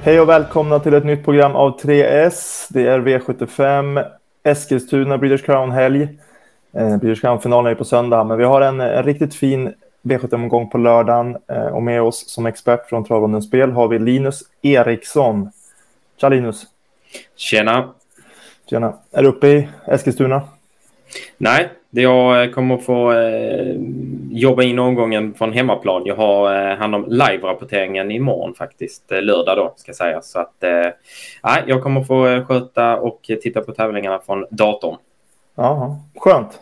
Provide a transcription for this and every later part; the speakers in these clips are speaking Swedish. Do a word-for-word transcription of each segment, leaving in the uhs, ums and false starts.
Hej och välkomna till ett nytt program av tre S. Det är V sjuttiofem, Eskilstuna, Breeders Crown-helg. Eh, Breeders Crown-finalen är på söndag, men vi har en, en riktigt fin V sjuttiofem-omgång på lördagen. Eh, och med oss som expert från Travronden Spel har vi Linus Eriksson. Tja Linus. Tjena. Tjena. Är du uppe i Eskilstuna? Nej, jag kommer att få eh, jobba in omgången från hemmaplan. Jag har eh, hand om live-rapporteringen imorgon faktiskt. Eh, lördag då ska jag säga. Så att eh, jag kommer att få eh, sköta och titta på tävlingarna från datorn. Ja, skönt.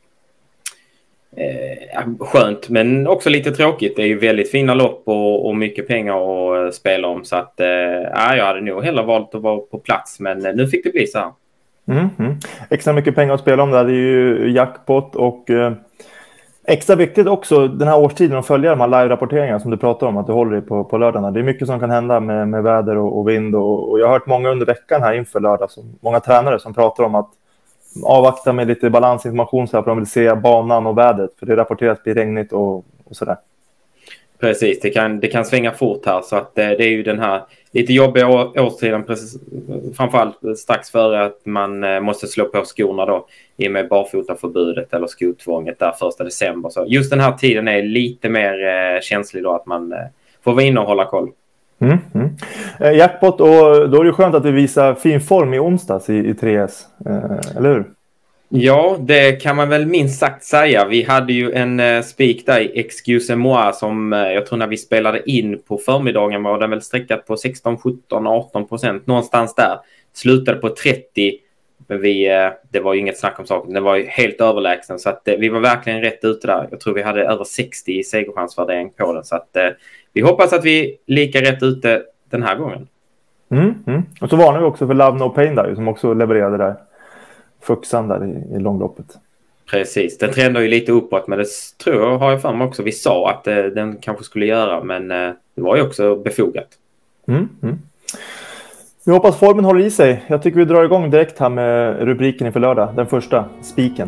Eh, skönt, men också lite tråkigt. Det är ju väldigt fina lopp och, och mycket pengar att spela om. Så att eh, jag hade nog hellre valt att vara på plats. Men eh, nu fick det bli så här. Mm, mm. Extra mycket pengar att spela om där. Det är ju jackpot och eh, extra viktigt också den här årstiden att följa de här live-rapporteringarna som du pratar om, att du håller i på, på lördagarna. Det är mycket som kan hända med, med väder och, och vind och, och jag har hört många under veckan här inför lördag, som, många tränare som pratar om att avvakta med lite balansinformation så här, för de vill se banan och vädret, för det rapporteras bli regnigt och, och sådär. Precis, det kan, det kan svänga fort här, så att det, det är ju den här lite jobbiga årstiden, precis, framförallt strax före att man måste slå på skorna då i och med barfotaförbudet eller skotvånget där första december. Så just den här tiden är lite mer eh, känslig då, att man eh, får vara inne och hålla koll. Mm, mm. Eh, jackpot, och då är det skönt att vi visar fin form i onsdags i, i tre S, eh, eller hur? Ja, det kan man väl minst sagt säga. Vi hade ju en uh, spik där i Excuse-moi som uh, jag tror när vi spelade in på förmiddagen var den väl sträckat på sexton, sjutton, arton procent. Någonstans där. Slutade på trettio. Men vi, uh, det var ju inget snack om saken. Det var ju helt överlägsen. Så att, uh, vi var verkligen rätt ute där. Jag tror vi hade över sextio i segerchansvärdering på den. Så att, uh, vi hoppas att vi är lika rätt ute den här gången. Mm, mm. Och så varnar vi också för Love No Pain där, som också levererade där. Fuxan där i, i långloppet. Precis, den trendar ju lite uppåt, men det tror jag har jag för mig också. Vi sa att eh, den kanske skulle göra, men eh, det var ju också befogat. Mm, mm. Vi hoppas formen håller i sig. Jag tycker vi drar igång direkt här med rubriken inför lördag. Den första, spiken.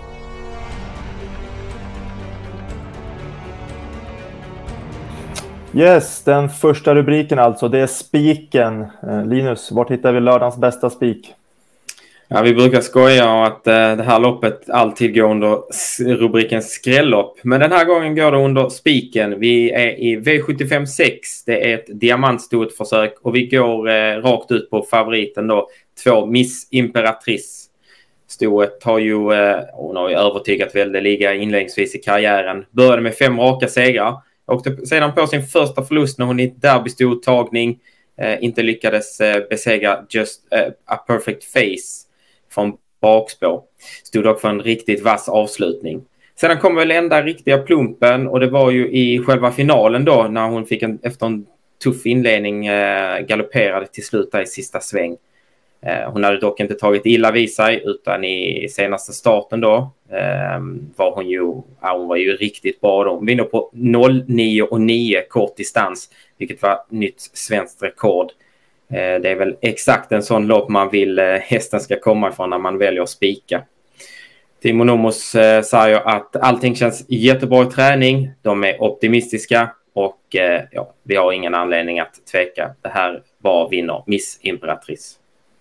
Yes, den första rubriken alltså, det är spiken. Eh, Linus, vart hittar vi lördagens bästa spik? Ja, vi brukar skoja om att eh, det här loppet alltid går under rubriken skrällopp. Men den här gången går det under spiken. Vi är i V sjuttiofem sex. Det är ett diamantstort försök och vi går eh, rakt ut på favoriten då. Två Miss Imperatrice. Stoet har ju, eh, hon har ju övertygat väldeliga inledningsvis i karriären. Började med fem raka segrar. Åkte sedan på sin första förlust när hon i ett derbystodtagning eh, inte lyckades eh, besegra Just eh, a Perfect Face från bakspår. Stod dock för en riktigt vass avslutning. Sedan kom väl enda riktiga plumpen, och det var ju i själva finalen då när hon fick en, efter en tuff inledning eh, galopperade till slut i sista sväng. Eh, hon hade dock inte tagit illa vid sig, utan i senaste starten då eh, var hon ju, ja, hon var ju riktigt bra då. Hon vinner på noll nio och nio kort distans, vilket var nytt svenskt rekord. Det är väl exakt en sån lopp man vill hästen ska komma ifrån när man väljer att spika. Timo Nomos eh, säger att allting känns jättebra i träning. De är optimistiska och eh, ja, vi har ingen anledning att tveka. Det här bara vinner Miss Imperatrice.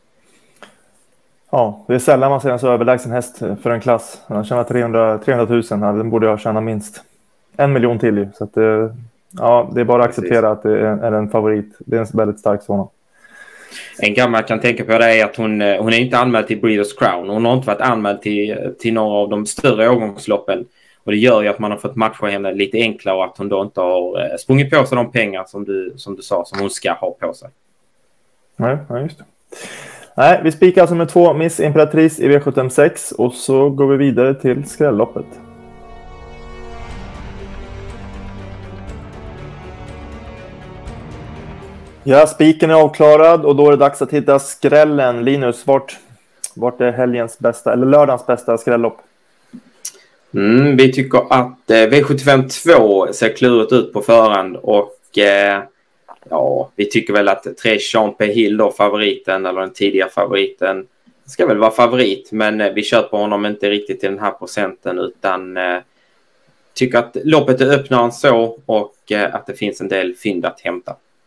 Ja, det är sällan man ser en så överlägsen häst för en klass. Han tjänar trehundra tusen här. Den borde jag tjäna minst en miljon till ju. Så att, ja, det är bara att acceptera Precis. Att det är en favorit. Det är en väldigt stark sådan. En grej man kan tänka på det är att hon, hon är inte anmäld till Breeders Crown. Hon har inte varit anmäld till, till några av de större årgångsloppen. Och det gör ju att man har fått matcha henne lite enklare och att hon då inte har sprungit på sig de pengar som du, som du sa som hon ska ha på sig. Nej, ja, just det. Nej, vi spikar alltså med två Miss Imperatrice i V sjuttiofem sex och så går vi vidare till skrälloppet. Ja, spiken är avklarad och då är det dags att hitta skrällen. Linus, vart, vart är helgens bästa, eller lördagens bästa skrällopp? Mm, vi tycker att eh, V sjuttiofem två ser klurigt ut på förhand och eh, ja, vi tycker väl att tre Champe Hill då, favoriten eller den tidiga favoriten, ska väl vara favorit, men eh, vi köper honom inte riktigt i den här procenten utan eh, tycker att loppet är öppnare än så och eh, att det finns en del fynd att hämta.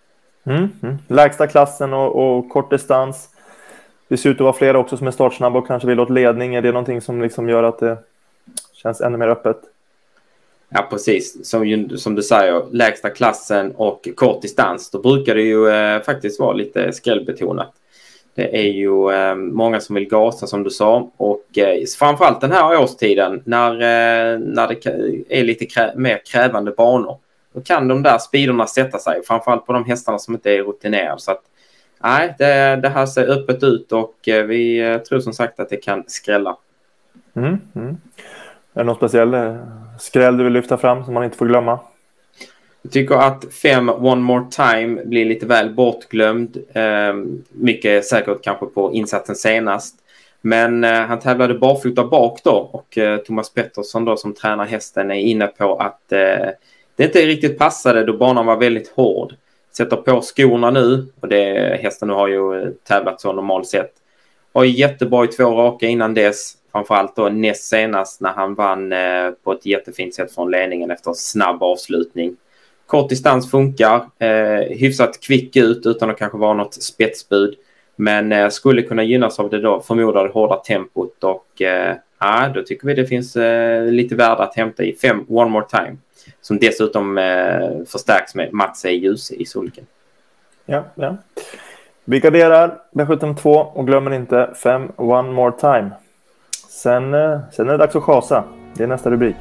Mm, mm. Lägsta klassen och, och kort distans. Det ser ut att vara flera också som är startsnabba och kanske vill åt ledning. Är det någonting som liksom gör att det känns ännu mer öppet? Ja, precis. Som, som du säger, lägsta klassen och kort distans. Då brukar det ju eh, faktiskt vara lite skrällbetonat. Det är ju eh, många som vill gasa som du sa. Och eh, framförallt den här årstiden när, eh, när det är lite krä- mer krävande banor. Då kan de där speederna sätta sig. Framförallt på de hästarna som inte är rutinerade. Så att nej, det, det här ser öppet ut och eh, vi eh, tror som sagt att det kan skrälla. Mm, mm. Är det någon speciell skräll du vill lyfta fram som man inte får glömma? Jag tycker att fem One More Time blir lite väl bortglömd. Eh, mycket säkert kanske på insatsen senast. Men eh, han tävlade barfota bak då. Och eh, Thomas Pettersson då som tränar hästen är inne på att eh, det inte riktigt passade då banan var väldigt hård. Sätter på skorna nu. Och det, hästen nu har ju tävlat så normalt sett. Var jättebra i två raka innan dess. Framförallt då näst senast när han vann eh, på ett jättefint sätt från ledningen efter snabb avslutning. Kort distans funkar. Eh, hyfsat kvick ut utan att kanske vara något spetsbud. Men eh, skulle kunna gynnas av det då förmodade hårda tempot. Och eh, ja, då tycker vi det finns eh, lite värde att hämta i fem One More Time. Som dessutom eh, förstärks med Mats E. Ljuse i sulken. Ja, ja. Vi garderar B sjuttiotvå och glömmer inte fem One More Time. Sen, eh, sen är det dags att chasa. Det är nästa rubrik.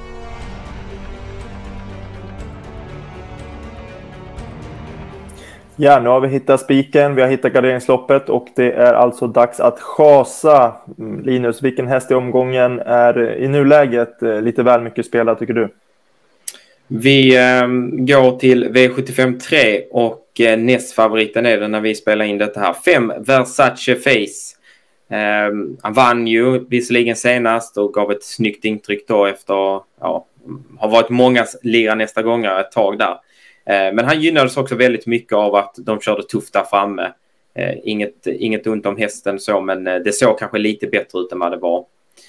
Ja, nu har vi hittat spiken, vi har hittat garderingsloppet och det är alltså dags att chasa. Linus, vilken häst i omgången är i nuläget lite väl mycket spelad tycker du? Vi eh, går till V sjuttiofem tre och eh, nästfavoriten är det när vi spelar in detta här. Fem Versace Face. Eh, han vann ju visserligen senast och gav ett snyggt intryck då efter, ja, har varit många lira nästa gånger ett tag där. Eh, men han gynnades också väldigt mycket av att de körde tufft där framme. Eh, inget, inget ont om hästen så, men eh, det såg kanske lite bättre ut än vad det var.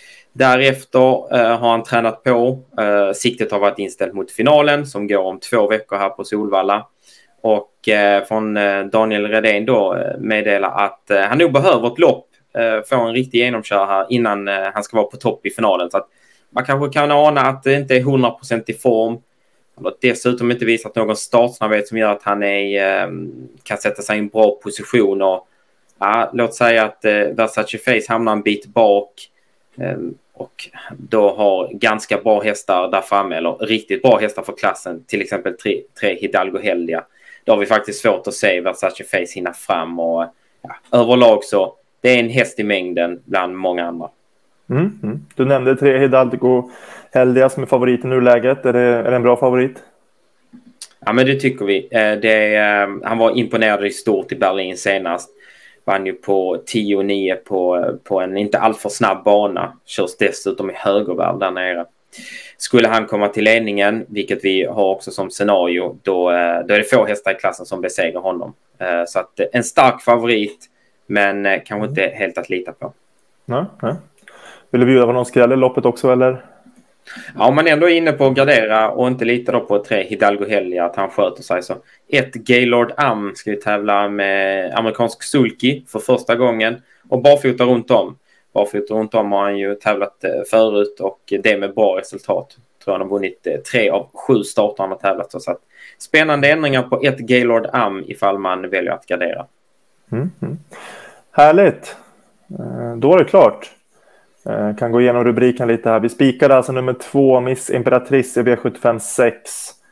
Därefter eh, har han tränat på. Eh, siktet har varit inställt mot finalen som går om två veckor här på Solvalla. Och eh, från eh, Daniel Redén då eh, meddelar att eh, han nog behöver ett lopp. Eh, få en riktig genomkör här innan eh, han ska vara på topp i finalen. Så att man kanske kan ana att det inte är hundra procent i form. Han har dessutom inte visat någon startsnabbhet som gör att han är, eh, kan sätta sig i en bra position. Och, ja, låt säga att eh, Versace Face hamnar en bit bak. Eh, och då har ganska bra hästar där framme, eller riktigt bra hästar för klassen, till exempel tre, tre Hidalgo Heldia. Då har vi faktiskt svårt att se Versace Face hinna fram och ja, överlag så det är en häst i mängden bland många andra. Mm, mm. Du nämnde tre Hidalgo Heldia som är favorit i nuläget. Är det, är det en bra favorit? Ja, men det tycker vi. Det, han var imponerad i stort i Berlin senast. Vann ju på tio nio på, på en inte alltför snabb bana. Körs dessutom i högervärld där nere. Skulle han komma till ledningen, vilket vi har också som scenario, då, då är det få hästar i klassen som besegrar honom. Så att en stark favorit, men kanske inte helt att lita på. Nej, nej. Vill du bjuda på någon skräll i loppet också, eller? Ja, om man ändå är inne på att gardera och inte litar då på tre Hidalgo Helgia att han sköter sig, så ett Gaylord Am ska vi tävla med amerikansk sulky för första gången och barfota runt om. Barfota runt om har han ju tävlat förut och det med bra resultat. Jag tror han har vunnit tre av sju starter han har tävlat. Så att spännande ändringar på ett Gaylord Am ifall man väljer att gardera. Mm, mm. Härligt. Då är det klart. Kan gå igenom rubriken lite här. Vi spikade alltså nummer två, Miss Imperatrice i V sjuttiofem sex.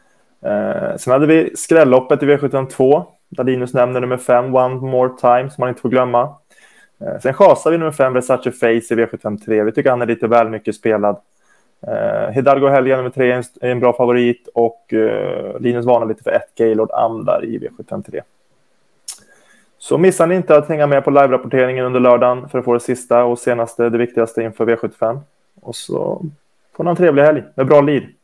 Eh, sen hade vi skrälloppet i V sjuttiofem två. Där Linus nämner nummer fem, One More Time, som man inte får glömma. Eh, sen chasar vi nummer fem, Versace Face i V sjuttiofem tre. Vi tycker han är lite väl mycket spelad. Eh, Hidalgo Helgia nummer tre är en, är en bra favorit. Och eh, Linus varnar lite för ett Gaylord Am där i V sjuttiofem tre. Så missar ni inte att hänga med på live-rapporteringen under lördagen för att få det sista och senaste, det viktigaste inför V sjuttiofem. Och så får ni en trevlig helg med bra lir.